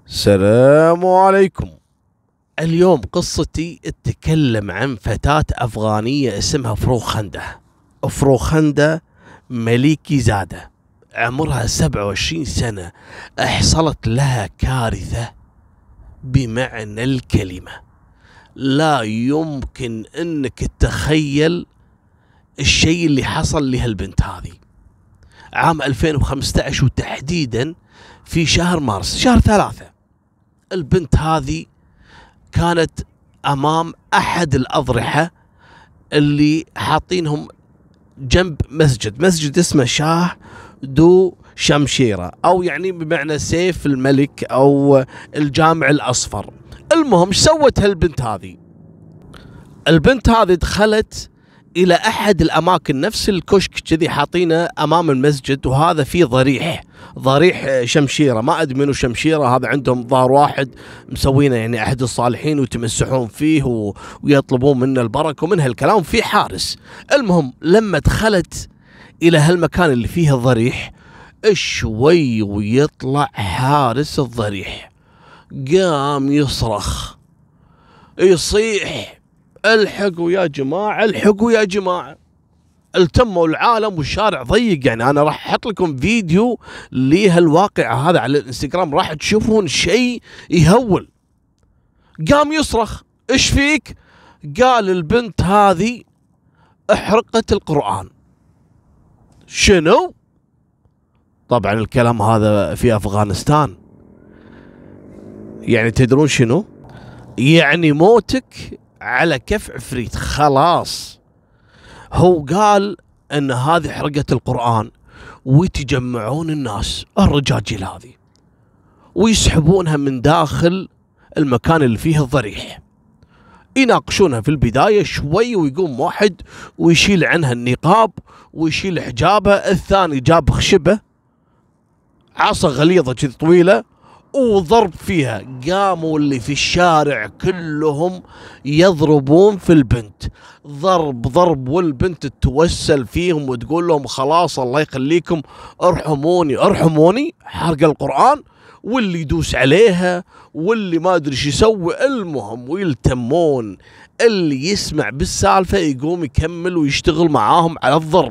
السلام عليكم. اليوم قصتي تتكلم عن فتاة أفغانية اسمها فروخندة. فروخندة مليكي زادة، عمرها 27 سنة. حصلت لها كارثة بمعنى الكلمة. لا يمكن أنك تتخيل الشيء اللي حصل لهالبنت هذه. عام 2015 وتحديدا في شهر مارس، شهر 3، البنت هذه كانت أمام أحد الأضرحة اللي حاطينهم جنب مسجد اسمه شاه دو شمشيرة، أو يعني بمعنى سيف الملك أو الجامع الأصفر. المهم ايش سوت هالبنت هذه؟ البنت هذه دخلت إلى أحد الأماكن، نفس الكشك كذي حاطينه أمام المسجد، وهذا فيه ضريح شمشيرة. ما أدري منو شمشيرة هذا، عندهم ظهر واحد مسوينه يعني أحد الصالحين ويتمسحون فيه ويطلبون منه البركة ومن هالكلام، في حارس. المهم لما دخلت إلى هالمكان اللي فيه الضريح، شوي ويطلع حارس الضريح، قام يصرخ يصيح: الحقوا يا جماعة، الحقوا يا جماعة. التموا العالم والشارع ضيق. يعني أنا راح أحط لكم فيديو لهالواقع هذا على الانستغرام، راح تشوفون شيء يهول. قام يصرخ: إيش فيك؟ قال البنت هذه احرقت القرآن. شنو؟ طبعا الكلام هذا في أفغانستان. يعني تدرون شنو؟ يعني موتك على كف عفريت، خلاص. هو قال ان هذه حرقت القرآن، ويتجمعون الناس الرجاجيل هذه ويسحبونها من داخل المكان اللي فيه الضريح، يناقشونها في البداية شوي، ويقوم واحد ويشيل عنها النقاب ويشيل حجابها، الثاني جاب خشبة عصا غليظة كذي طويلة وضرب فيها. قاموا اللي في الشارع كلهم يضربون في البنت، ضرب، والبنت تتوسل فيهم وتقول لهم: خلاص الله يخليكم ارحموني ارحموني، حرق القرآن. واللي يدوس عليها واللي ما ادري شو يسوي. المهم ويلتمون، اللي يسمع بالسالفة يقوم يكمل ويشتغل معاهم على الضرب.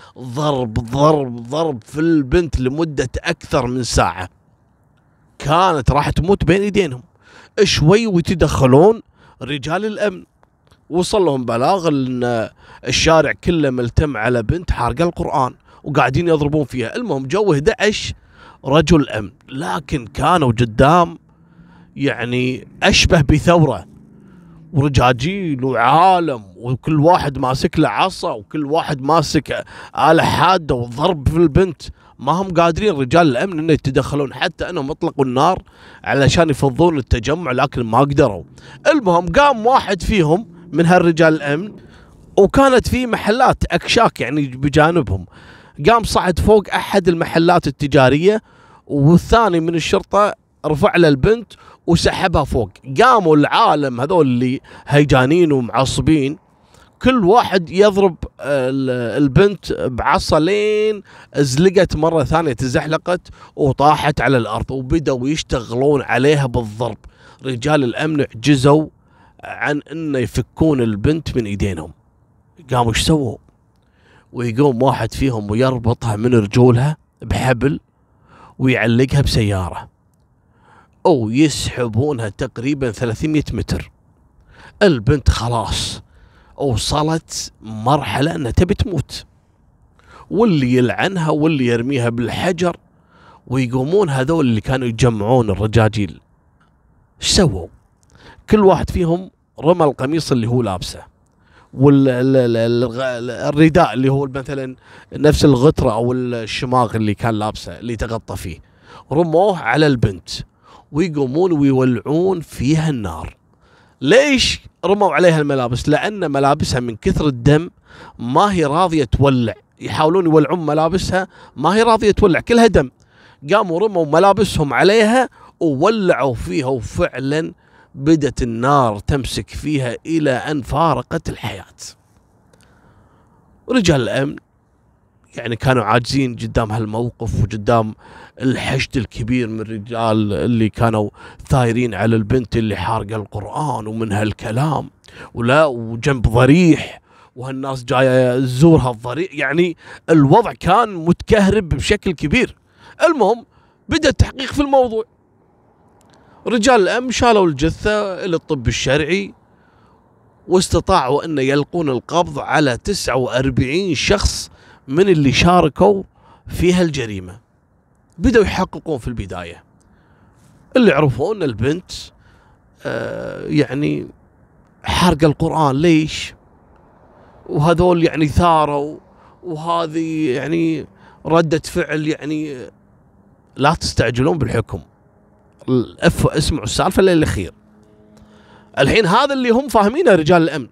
ضرب في البنت لمدة أكثر من ساعة، كانت راح تموت بين ايدينهم. شوي ويتدخلون رجال الامن، وصل لهم بلاغ ان الشارع كله ملتم على بنت حارقة القرآن وقاعدين يضربون فيها. المهم جو 11 رجل امن، لكن كانوا قدام يعني اشبه بثورة، ورجاجيل وعالم، وكل واحد ماسك له عصا وكل واحد ماسك آلة حادة، وضرب في البنت. ما هم قادرين رجال الامن انه يتدخلون، حتى انهم اطلقوا النار علشان يفضون التجمع، لكن ما قدروا. المهم قام واحد فيهم من هالرجال الامن، وكانت في محلات اكشاك يعني بجانبهم، قام صعد فوق احد المحلات التجارية، والثاني من الشرطة رفع له البنت وسحبها فوق. قاموا العالم هذول اللي هيجانين ومعصبين، كل واحد يضرب البنت بعصا لين ازلقت مرة ثانية، تزحلقت وطاحت على الأرض، وبدأوا يشتغلون عليها بالضرب. رجال الأمن عجزوا عن أن يفكون البنت من إيدينهم. قاموا ايش سووا؟ ويقوم واحد فيهم ويربطها من رجولها بحبل ويعلقها بسيارة، أو يسحبونها تقريبا 300 متر. البنت خلاص وصلت مرحلة أنها تبي تموت، واللي يلعنها واللي يرميها بالحجر. ويقومون هذول اللي كانوا يجمعون الرجاجيل، ايش سووا؟ كل واحد فيهم رمى القميص اللي هو لابسه، والرداء اللي هو مثلا نفس الغترة أو الشماغ اللي كان لابسه اللي تغطى فيه، رموه على البنت، ويقومون ويولعون فيها النار. ليش رموا عليها الملابس؟ لأن ملابسها من كثر الدم ما هي راضية تولع، يحاولون يولعون ملابسها ما هي راضية تولع، كلها دم. قاموا رموا ملابسهم عليها وولعوا فيها، وفعلا بدت النار تمسك فيها إلى أن فارقت الحياة. رجال الأمن يعني كانوا عاجزين قدام هالموقف وقدام الحشد الكبير من الرجال اللي كانوا ثايرين على البنت اللي حارقة القرآن ومن هالكلام، ولا وجنب ضريح وهالناس جاية تزورها الضريح. يعني الوضع كان متكهرب بشكل كبير. المهم بدأ التحقيق في الموضوع. رجال الأمن شالوا الجثة إلى الطب الشرعي، واستطاعوا أن يلقون القبض على 49 شخص من اللي شاركوا في هالجريمة. بدأوا يحققون في البداية. اللي عرفوا أن البنت يعني حرق القرآن ليش، وهذول يعني ثاروا، وهذه يعني ردة فعل. يعني لا تستعجلون بالحكم، اسمعوا السالفة للأخير. الحين هذا اللي هم فاهمينه رجال الأمن.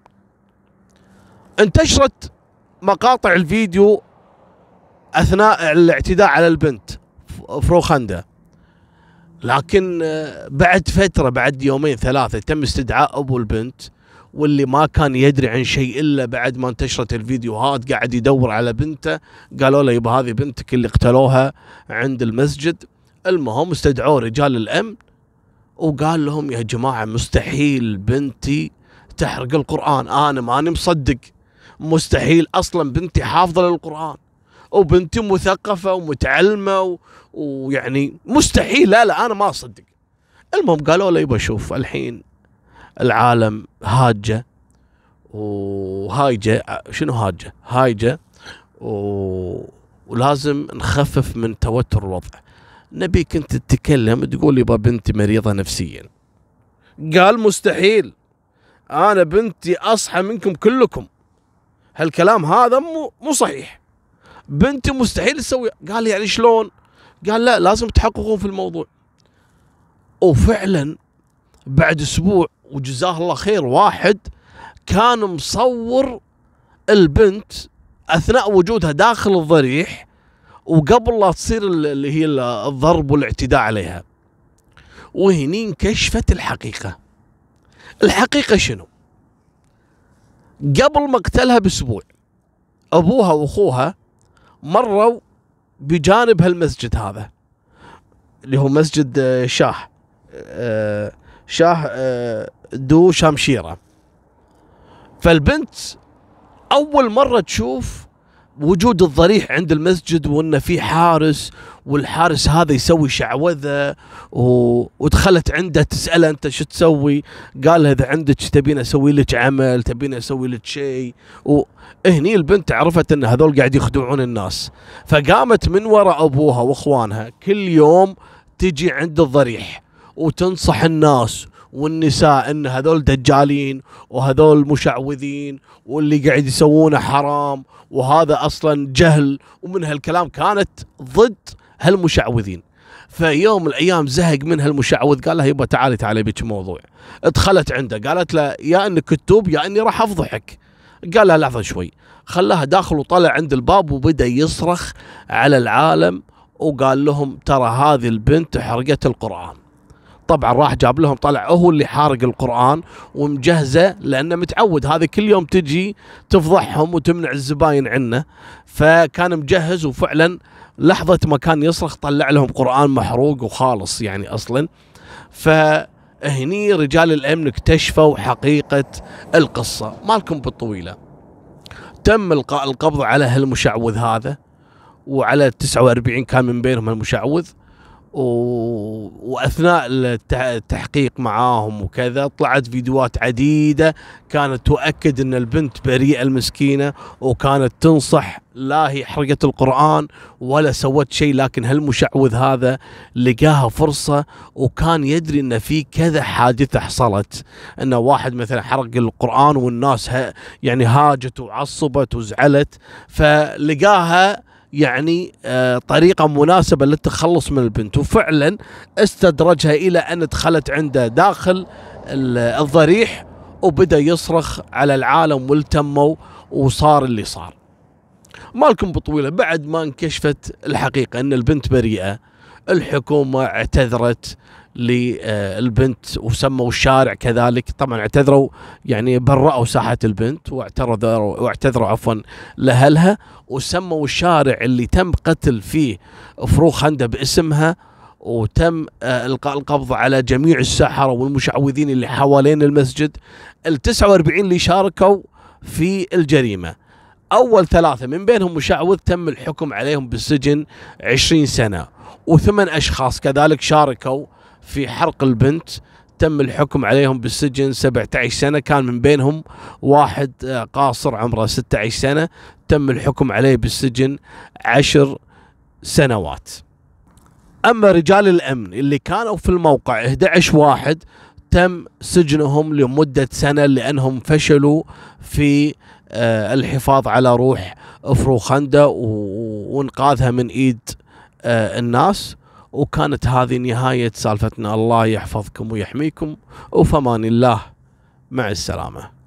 انتشرت مقاطع الفيديو أثناء الاعتداء على البنت فروخندا، لكن بعد فترة، بعد يومين ثلاثة، تم استدعاء أبو البنت، واللي ما كان يدري عن شيء إلا بعد ما انتشرت الفيديوهات. قاعد يدور على بنته، قالوا له يبا هذه بنتك اللي اقتلوها عند المسجد. المهم استدعوا رجال الأمن وقال لهم يا جماعة مستحيل بنتي تحرق القرآن، أنا ماني مصدق، مستحيل، أصلا بنتي حافظة للقرآن وبنتي مثقفة ومتعلمة ويعني مستحيل، لا أنا ما أصدق. المهم قالوا له يبا شوف الحين العالم هاجة وهايجة، شنو هاجة؟ هايجة، ولازم نخفف من توتر الوضع. نبيك انت تتكلم تقول يبا بنتي مريضة نفسيا. قال مستحيل، انا بنتي اصحى منكم كلكم، هالكلام هذا مو صحيح، بنتي مستحيل تسوي. قال يعني شلون؟ قال لا لازم تحققون في الموضوع. وفعلا بعد اسبوع، وجزاه الله خير، واحد كان مصور البنت اثناء وجودها داخل الضريح وقبل لا تصير اللي هي الضرب والاعتداء عليها. وهني انكشفت الحقيقة. الحقيقة شنو؟ قبل مقتلها باسبوع ابوها واخوها مروا بجانب هالمسجد هذا اللي هو مسجد شاه دو شامشيرة. فالبنت اول مرة تشوف وجود الضريح عند المسجد، وانه في حارس، والحارس هذا يسوي شعوذة، ودخلت عنده تسأله انت شو تسوي؟ قال اذا عندك تبين اسوي لك عمل، تبين اسوي لك شيء. وهني البنت عرفت ان هذول قاعد يخدعون الناس، فقامت من وراء ابوها واخوانها كل يوم تجي عند الضريح وتنصح الناس والنساء ان هذول دجالين وهذول مشعوذين واللي قاعد يسوونه حرام وهذا اصلا جهل، ومن هالكلام كانت ضد هالمشعوذين. فيوم من الايام زهق من هالمشعوذ، قال لها يبا تعالي بك موضوع. دخلت عنده قالت له يا انك كتوب يا اني راح افضحك. قال لها لحظه شوي، خلاها داخل وطلع عند الباب وبدا يصرخ على العالم، وقال لهم ترى هذه البنت حرقت القرآن. طبعا راح جاب لهم، طلع هو اللي حارق القرآن ومجهزه، لأنه متعود هذا كل يوم تجي تفضحهم وتمنع الزباين عنه، فكان مجهز. وفعلا لحظة ما كان يصرخ طلع لهم قرآن محروق وخالص يعني أصلا. فهني رجال الأمن اكتشفوا حقيقة القصة. مالكم بالطويلة، تم القبض على هالمشعوذ هذا، وعلى 49 كان من بينهم المشعوذ. واثناء التحقيق معاهم وكذا طلعت فيديوهات عديده كانت تؤكد ان البنت بريئه المسكينه، وكانت تنصح لا هي حرقت القرآن ولا سوت شيء. لكن هالمشعوذ هذا لقاها فرصه، وكان يدري ان في كذا حادثه حصلت، ان واحد مثلا حرق القرآن والناس يعني هاجت وعصبت وزعلت، فلقاها يعني طريقة مناسبة للتخلص من البنت. وفعلا استدرجها إلى أن دخلت عنده داخل الضريح وبدأ يصرخ على العالم والتموا، وصار اللي صار. مالكم بطويلة، بعد ما انكشفت الحقيقة أن البنت بريئة، الحكومة اعتذرت للبنت وسموا الشارع كذلك. طبعا اعتذروا، يعني برأوا ساحة البنت واعتذروا عفوا لأهلها، وسموا الشارع اللي تم قتل فيه فروخندة باسمها، وتم إلقاء القبض على جميع السحرة والمشعوذين اللي حوالين المسجد، ال49 اللي شاركوا في الجريمة. أول 3 من بينهم مشعوذ تم الحكم عليهم بالسجن 20 سنة، و8 أشخاص كذلك شاركوا في حرق البنت تم الحكم عليهم بالسجن 17 سنة. كان من بينهم واحد قاصر عمره 16 سنة تم الحكم عليه بالسجن 10 سنوات. أما رجال الأمن اللي كانوا في الموقع 11 واحد تم سجنهم لمدة سنة لأنهم فشلوا في الحفاظ على روح فروخندة وانقاذها من ايد الناس. وكانت هذه نهاية سالفتنا. الله يحفظكم ويحميكم، وفمان الله، مع السلامة.